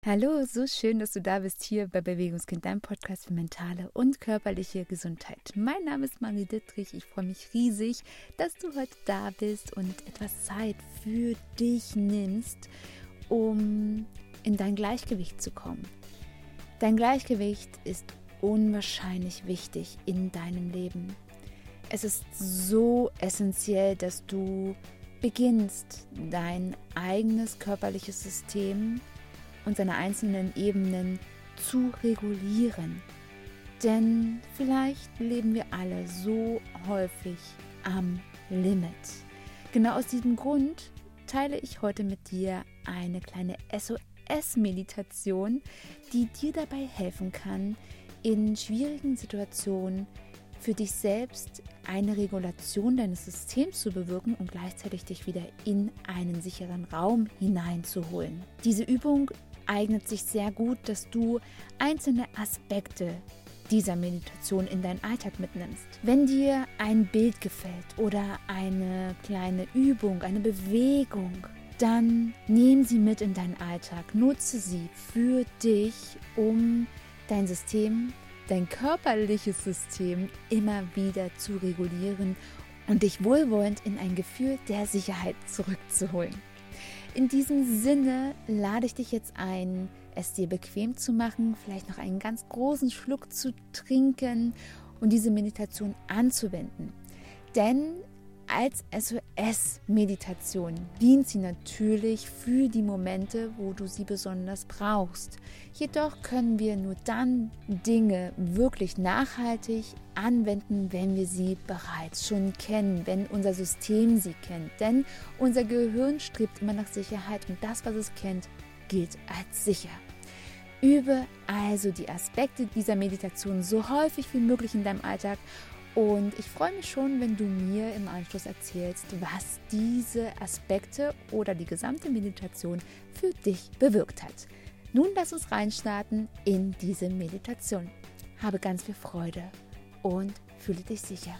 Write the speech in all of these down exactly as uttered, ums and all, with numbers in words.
Hallo, so schön, dass du da bist hier bei Bewegungskind, deinem Podcast für mentale und körperliche Gesundheit. Mein Name ist Marie Dittrich. Ich freue mich riesig, dass du heute da bist und etwas Zeit für dich nimmst, um in dein Gleichgewicht zu kommen. Dein Gleichgewicht ist unwahrscheinlich wichtig in deinem Leben. Es ist so essentiell, dass du beginnst, dein eigenes körperliches System und seine einzelnen Ebenen zu regulieren. Denn vielleicht leben wir alle so häufig am Limit. Genau aus diesem Grund teile ich heute mit dir eine kleine S O S-Meditation, die dir dabei helfen kann, in schwierigen Situationen für dich selbst eine Regulation deines Systems zu bewirken und gleichzeitig dich wieder in einen sicheren Raum hineinzuholen. Diese Übung eignet sich sehr gut, dass du einzelne Aspekte dieser Meditation in deinen Alltag mitnimmst. Wenn dir ein Bild gefällt oder eine kleine Übung, eine Bewegung, dann nimm sie mit in deinen Alltag, nutze sie für dich, um dein System, dein körperliches System immer wieder zu regulieren und dich wohlwollend in ein Gefühl der Sicherheit zurückzuholen. In diesem Sinne lade ich dich jetzt ein, es dir bequem zu machen, vielleicht noch einen ganz großen Schluck zu trinken und diese Meditation anzuwenden. Denn als S O S-Meditation dient sie natürlich für die Momente, wo du sie besonders brauchst. Jedoch können wir nur dann Dinge wirklich nachhaltig anwenden, wenn wir sie bereits schon kennen, wenn unser System sie kennt. Denn unser Gehirn strebt immer nach Sicherheit und das, was es kennt, gilt als sicher. Übe also die Aspekte dieser Meditation so häufig wie möglich in deinem Alltag. Und ich freue mich schon, wenn du mir im Anschluss erzählst, was diese Aspekte oder die gesamte Meditation für dich bewirkt hat. Nun lass uns reinstarten in diese Meditation. Habe ganz viel Freude und fühle dich sicher.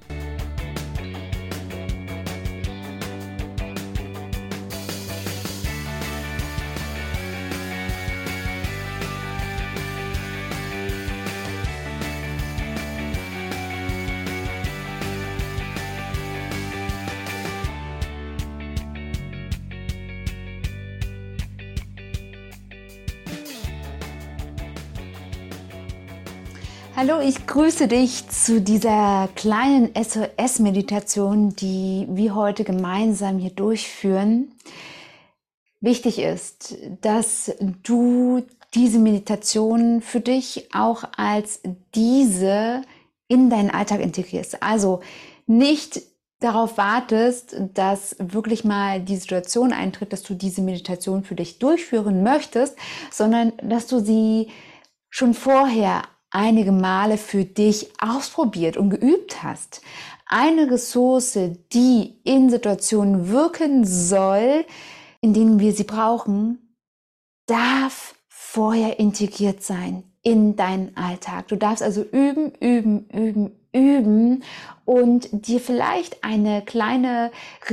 Hallo, ich grüße dich zu dieser kleinen S O S-Meditation, die wir heute gemeinsam hier durchführen. Wichtig ist, dass du diese Meditation für dich auch als diese in deinen Alltag integrierst. Also nicht darauf wartest, dass wirklich mal die Situation eintritt, dass du diese Meditation für dich durchführen möchtest, sondern dass du sie schon vorher einige Male für dich ausprobiert und geübt hast. Eine Ressource, die in Situationen wirken soll, in denen wir sie brauchen, darf vorher integriert sein in deinen Alltag. Du darfst also üben, üben, üben, üben und dir vielleicht eine kleine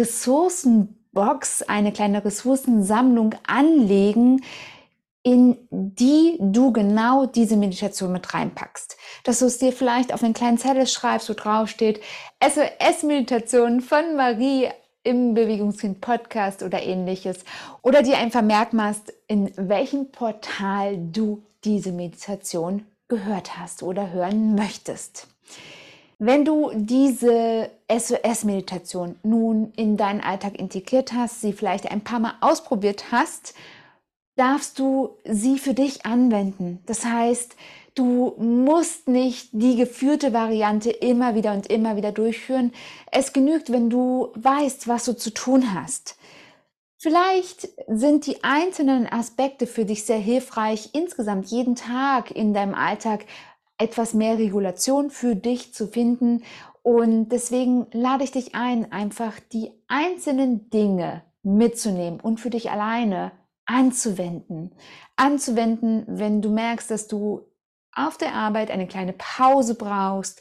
Ressourcenbox, eine kleine Ressourcensammlung anlegen, in die du genau diese Meditation mit reinpackst. Dass du es dir vielleicht auf einen kleinen Zettel schreibst, wo drauf steht, S O S-Meditation von Marie im Bewegungskind Podcast oder ähnliches. Oder dir ein Vermerk machst, in welchem Portal du diese Meditation gehört hast oder hören möchtest. Wenn du diese S O S-Meditation nun in deinen Alltag integriert hast, sie vielleicht ein paar Mal ausprobiert hast, darfst du sie für dich anwenden. Das heißt, du musst nicht die geführte Variante immer wieder und immer wieder durchführen. Es genügt, wenn du weißt, was du zu tun hast. Vielleicht sind die einzelnen Aspekte für dich sehr hilfreich, insgesamt jeden Tag in deinem Alltag etwas mehr Regulation für dich zu finden. Und deswegen lade ich dich ein, einfach die einzelnen Dinge mitzunehmen und für dich alleine anzuwenden. Anzuwenden, wenn du merkst, dass du auf der Arbeit eine kleine Pause brauchst,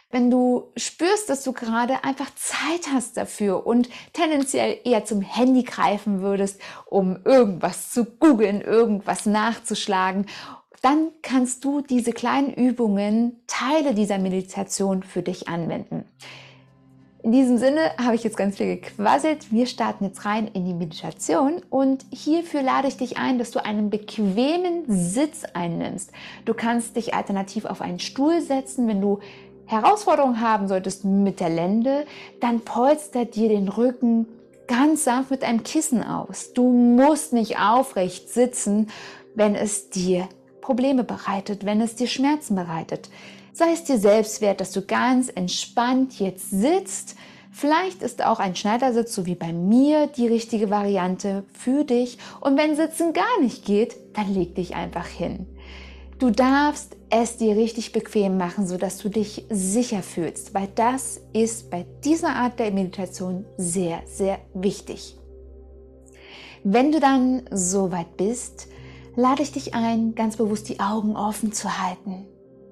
Wenn du spürst, dass du gerade einfach Zeit hast dafür und tendenziell eher zum Handy greifen würdest, um irgendwas zu googeln, irgendwas nachzuschlagen, dann kannst du diese kleinen Übungen, Teile dieser Meditation für dich anwenden. In diesem Sinne habe ich jetzt ganz viel gequasselt. Wir starten jetzt rein in die Meditation und hierfür lade ich dich ein, dass du einen bequemen Sitz einnimmst. Du kannst dich alternativ auf einen Stuhl setzen. Wenn du Herausforderungen haben solltest mit der Lende, dann polster dir den Rücken ganz sanft mit einem Kissen aus. Du musst nicht aufrecht sitzen, wenn es dir Probleme bereitet, wenn es dir Schmerzen bereitet. Sei es dir selbst wert, dass du ganz entspannt jetzt sitzt. Vielleicht ist auch ein Schneidersitz, so wie bei mir, die richtige Variante für dich. Und wenn Sitzen gar nicht geht, dann leg dich einfach hin. Du darfst es dir richtig bequem machen, sodass du dich sicher fühlst, weil das ist bei dieser Art der Meditation sehr, sehr wichtig. Wenn du dann soweit bist, lade ich dich ein, ganz bewusst die Augen offen zu halten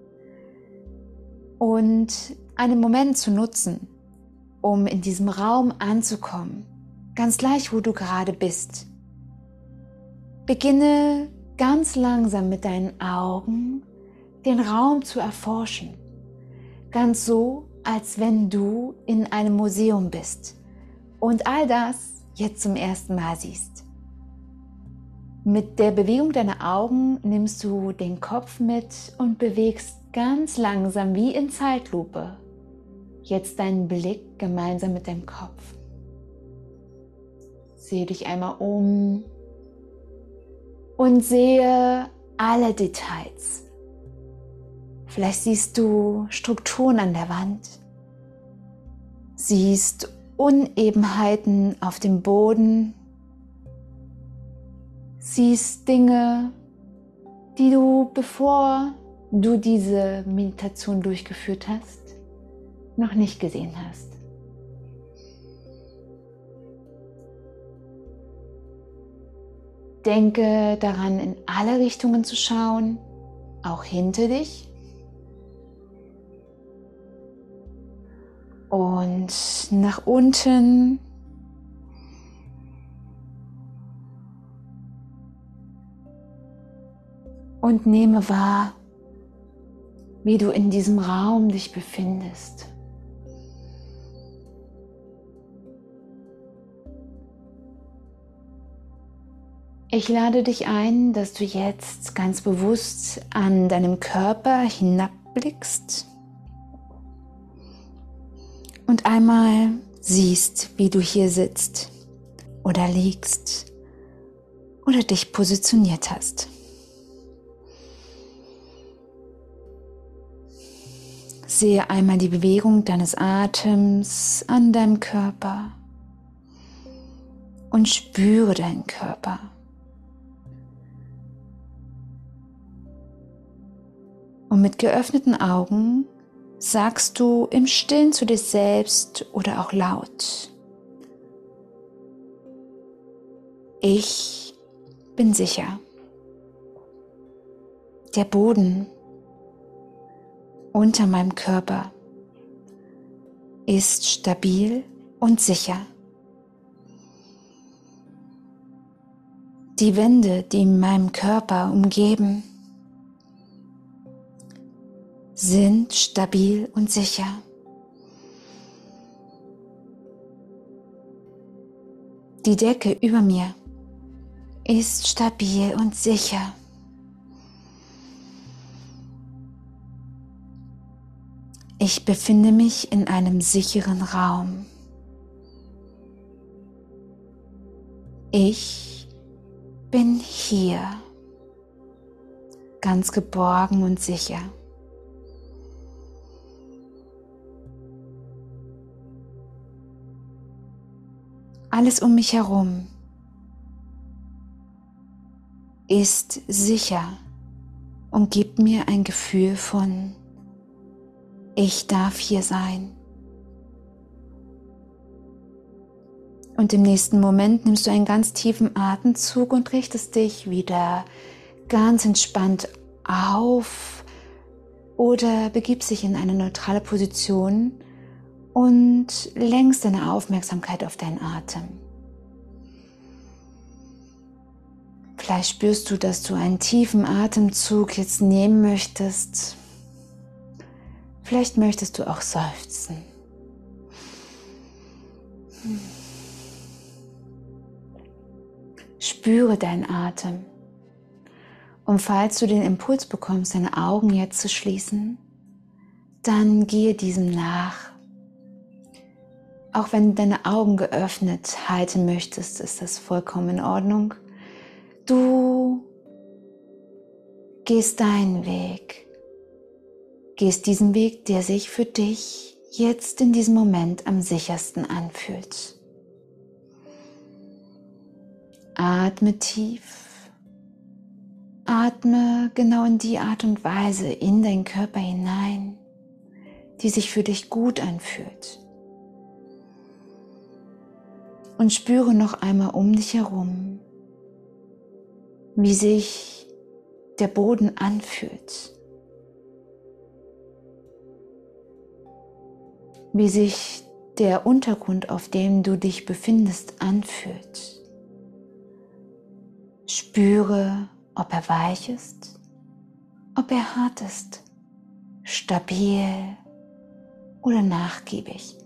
und einen Moment zu nutzen, um in diesem Raum anzukommen, ganz gleich, wo du gerade bist. Beginne ganz langsam mit deinen Augen den Raum zu erforschen, ganz so, als wenn du in einem Museum bist und all das jetzt zum ersten Mal siehst. Mit der Bewegung deiner Augen nimmst du den Kopf mit und bewegst ganz langsam wie in Zeitlupe jetzt deinen Blick gemeinsam mit deinem Kopf. Sehe dich einmal um und sehe alle Details. Vielleicht siehst du Strukturen an der Wand, siehst Unebenheiten auf dem Boden, siehst Dinge, die du, bevor du diese Meditation durchgeführt hast, noch nicht gesehen hast. Denke daran, in alle Richtungen zu schauen, auch hinter dich. Und nach unten. Und nehme wahr, wie du in diesem Raum dich befindest. Ich lade dich ein, dass du jetzt ganz bewusst an deinem Körper hinabblickst und einmal siehst, wie du hier sitzt oder liegst oder dich positioniert hast. Sehe einmal die Bewegung deines Atems an deinem Körper und spüre deinen Körper. Und mit geöffneten Augen sagst du im Stillen zu dir selbst oder auch laut: Ich bin sicher. Der Boden unter meinem Körper ist stabil und sicher. Die Wände, die meinen Körper umgeben, sind stabil und sicher. Die Decke über mir ist stabil und sicher. Ich befinde mich in einem sicheren Raum. Ich bin hier, ganz geborgen und sicher. Alles um mich herum ist sicher und gibt mir ein Gefühl von: Ich darf hier sein. Und im nächsten Moment nimmst du einen ganz tiefen Atemzug und richtest dich wieder ganz entspannt auf, oder begibst dich in eine neutrale Position und lenkst deine Aufmerksamkeit auf deinen Atem. Vielleicht spürst du, dass du einen tiefen Atemzug jetzt nehmen möchtest. Vielleicht möchtest du auch seufzen. Spüre deinen Atem. Und falls du den Impuls bekommst, deine Augen jetzt zu schließen, dann gehe diesem nach. Auch wenn du deine Augen geöffnet halten möchtest, ist das vollkommen in Ordnung. Du gehst deinen Weg. Gehst diesen Weg, der sich für dich jetzt in diesem Moment am sichersten anfühlt. Atme tief. Atme genau in die Art und Weise in deinen Körper hinein, die sich für dich gut anfühlt. Und spüre noch einmal um dich herum, wie sich der Boden anfühlt. Wie sich der Untergrund, auf dem du dich befindest, anfühlt. Spüre, ob er weich ist, ob er hart ist, stabil oder nachgiebig.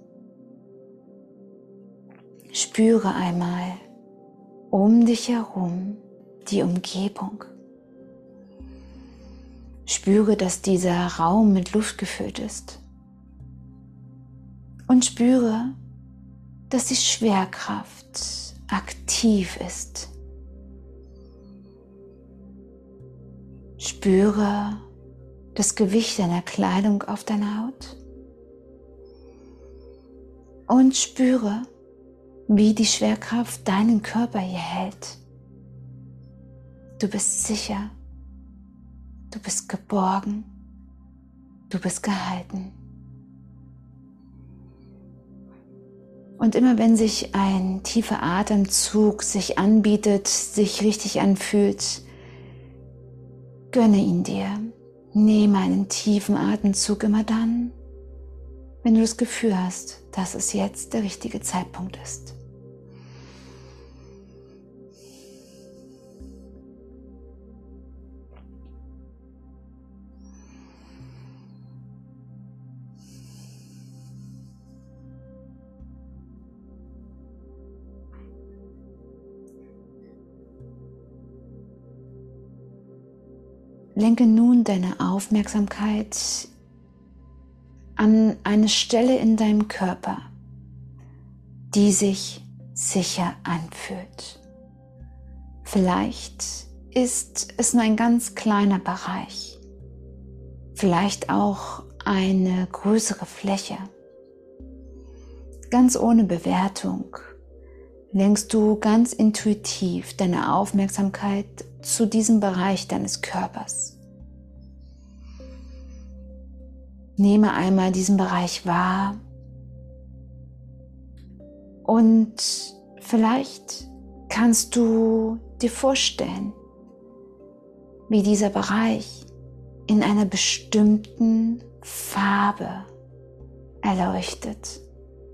Spüre einmal um dich herum die Umgebung. Spüre, dass dieser Raum mit Luft gefüllt ist. Und spüre, dass die Schwerkraft aktiv ist. Spüre das Gewicht deiner Kleidung auf deiner Haut. Und spüre, wie die Schwerkraft deinen Körper hier hält. Du bist sicher. Du bist geborgen. Du bist gehalten. Und immer wenn sich ein tiefer Atemzug sich anbietet, sich richtig anfühlt, gönne ihn dir. Nehme einen tiefen Atemzug immer dann, wenn du das Gefühl hast, dass es jetzt der richtige Zeitpunkt ist. Lenke nun deine Aufmerksamkeit an eine Stelle in deinem Körper, die sich sicher anfühlt. Vielleicht ist es nur ein ganz kleiner Bereich, vielleicht auch eine größere Fläche. Ganz ohne Bewertung lenkst du ganz intuitiv deine Aufmerksamkeit zu diesem Bereich deines Körpers. Nehme einmal diesen Bereich wahr und vielleicht kannst du dir vorstellen, wie dieser Bereich in einer bestimmten Farbe erleuchtet.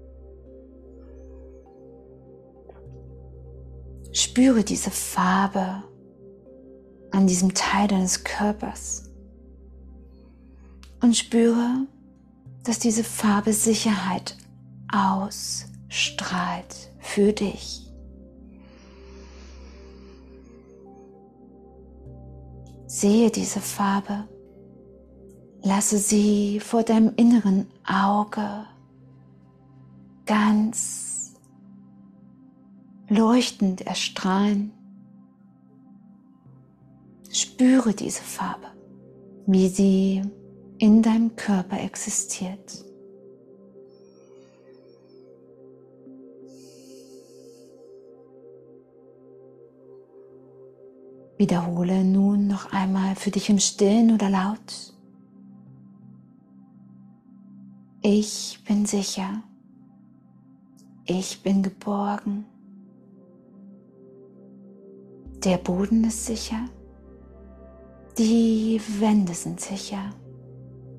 Spüre diese Farbe an diesem Teil deines Körpers und spüre, dass diese Farbe Sicherheit ausstrahlt für dich. Sehe diese Farbe, lasse sie vor deinem inneren Auge ganz leuchtend erstrahlen. Spüre diese Farbe, wie sie in deinem Körper existiert. Wiederhole nun noch einmal für dich im Stillen oder laut. Ich bin sicher. Ich bin geborgen. Der Boden ist sicher. Die Wände sind sicher.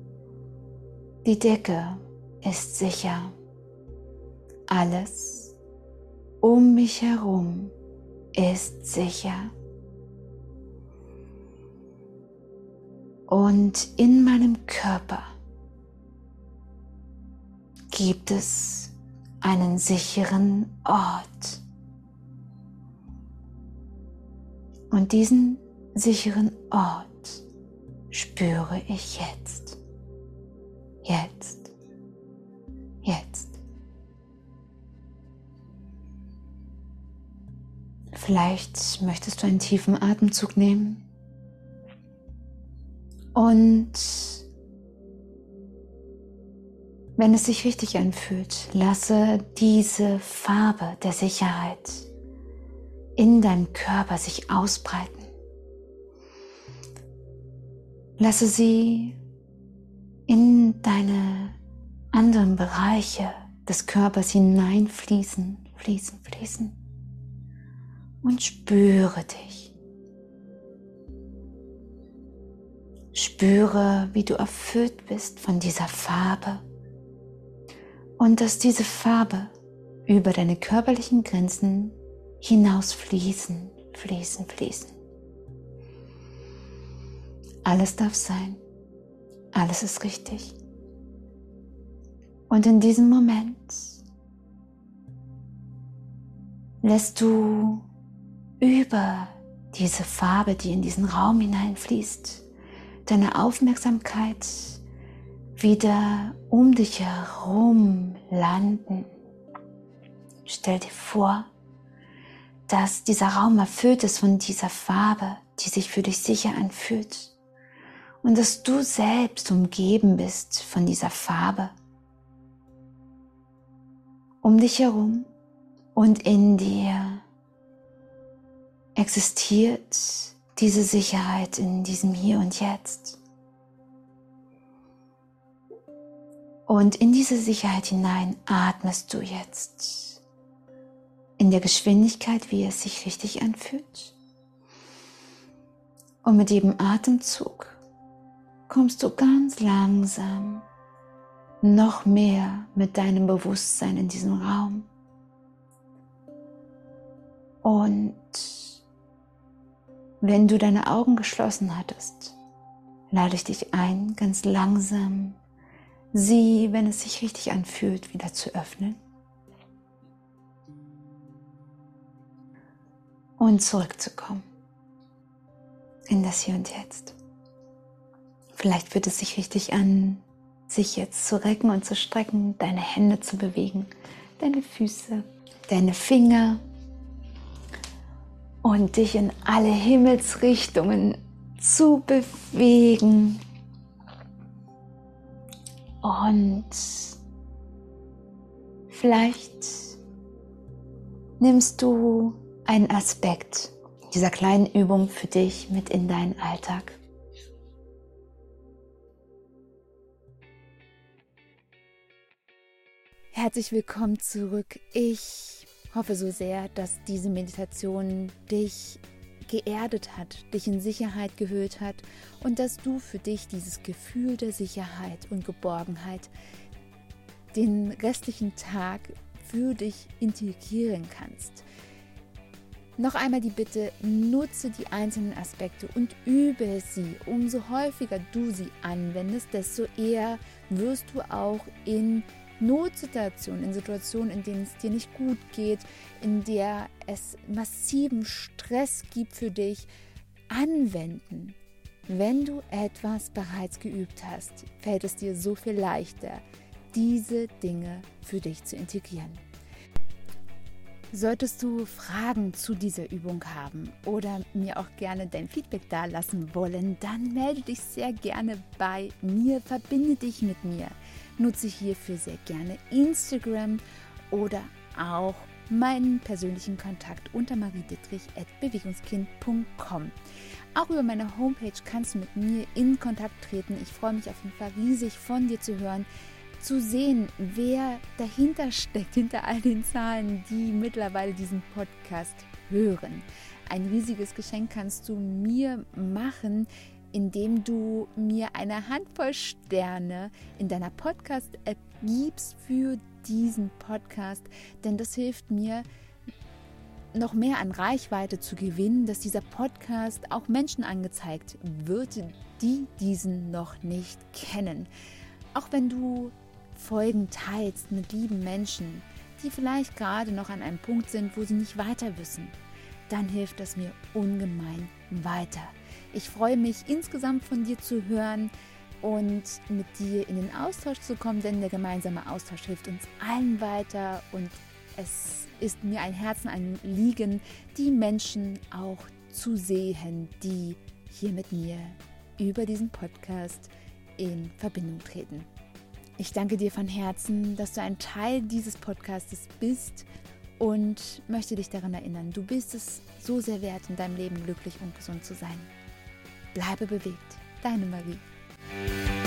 Die Decke ist sicher. Alles um mich herum ist sicher. Und in meinem Körper gibt es einen sicheren Ort. Und diesen sicheren Ort spüre ich jetzt. Jetzt. Jetzt. Vielleicht möchtest du einen tiefen Atemzug nehmen und wenn es sich richtig anfühlt, lasse diese Farbe der Sicherheit in deinem Körper sich ausbreiten. Lasse sie in deine anderen Bereiche des Körpers hineinfließen, fließen, fließen und spüre dich. Spüre, wie du erfüllt bist von dieser Farbe und dass diese Farbe über deine körperlichen Grenzen hinaus fließen, fließen, fließen. Alles darf sein, alles ist richtig. Und in diesem Moment lässt du über diese Farbe, die in diesen Raum hineinfließt, deine Aufmerksamkeit wieder um dich herum landen. Stell dir vor, dass dieser Raum erfüllt ist von dieser Farbe, die sich für dich sicher anfühlt. Und dass du selbst umgeben bist von dieser Farbe. Um dich herum und in dir existiert diese Sicherheit in diesem Hier und Jetzt. Und in diese Sicherheit hinein atmest du jetzt in der Geschwindigkeit, wie es sich richtig anfühlt. Und mit jedem Atemzug kommst du ganz langsam noch mehr mit deinem Bewusstsein in diesen Raum. Und wenn du deine Augen geschlossen hattest, lade ich dich ein, ganz langsam sie, wenn es sich richtig anfühlt, wieder zu öffnen. Und zurückzukommen in das Hier und Jetzt. Vielleicht fühlt es sich richtig an, sich jetzt zu recken und zu strecken, deine Hände zu bewegen, deine Füße, deine Finger und dich in alle Himmelsrichtungen zu bewegen. Und vielleicht nimmst du einen Aspekt dieser kleinen Übung für dich mit in deinen Alltag. Herzlich willkommen zurück. Ich hoffe so sehr, dass diese Meditation dich geerdet hat, dich in Sicherheit gehüllt hat und dass du für dich dieses Gefühl der Sicherheit und Geborgenheit den restlichen Tag für dich integrieren kannst. Noch einmal die Bitte, nutze die einzelnen Aspekte und übe sie. Umso häufiger du sie anwendest, desto eher wirst du auch in Notsituationen, in Situationen, in denen es dir nicht gut geht, in der es massiven Stress gibt für dich, anwenden. Wenn du etwas bereits geübt hast, fällt es dir so viel leichter, diese Dinge für dich zu integrieren. Solltest du Fragen zu dieser Übung haben oder mir auch gerne dein Feedback dalassen wollen, dann melde dich sehr gerne bei mir, verbinde dich mit mir. Nutze hierfür sehr gerne Instagram oder auch meinen persönlichen Kontakt unter mariedittrich at bewegungskind punkt com. Auch über meine Homepage kannst du mit mir in Kontakt treten. Ich freue mich auf jeden Fall riesig, von dir zu hören, zu sehen, wer dahinter steckt, hinter all den Zahlen, die mittlerweile diesen Podcast hören. Ein riesiges Geschenk kannst du mir machen, indem du mir eine Handvoll Sterne in deiner Podcast-App gibst für diesen Podcast, denn das hilft mir, noch mehr an Reichweite zu gewinnen, dass dieser Podcast auch Menschen angezeigt wird, die diesen noch nicht kennen. Auch wenn du Folgen teilst mit lieben Menschen, die vielleicht gerade noch an einem Punkt sind, wo sie nicht weiter wissen, dann hilft das mir ungemein weiter. Ich freue mich, insgesamt von dir zu hören und mit dir in den Austausch zu kommen, denn der gemeinsame Austausch hilft uns allen weiter und es ist mir ein Herzenanliegen, die Menschen auch zu sehen, die hier mit mir über diesen Podcast in Verbindung treten. Ich danke dir von Herzen, dass du ein Teil dieses Podcastes bist und möchte dich daran erinnern, du bist es so sehr wert, in deinem Leben glücklich und gesund zu sein. Bleibe bewegt, deine Marie.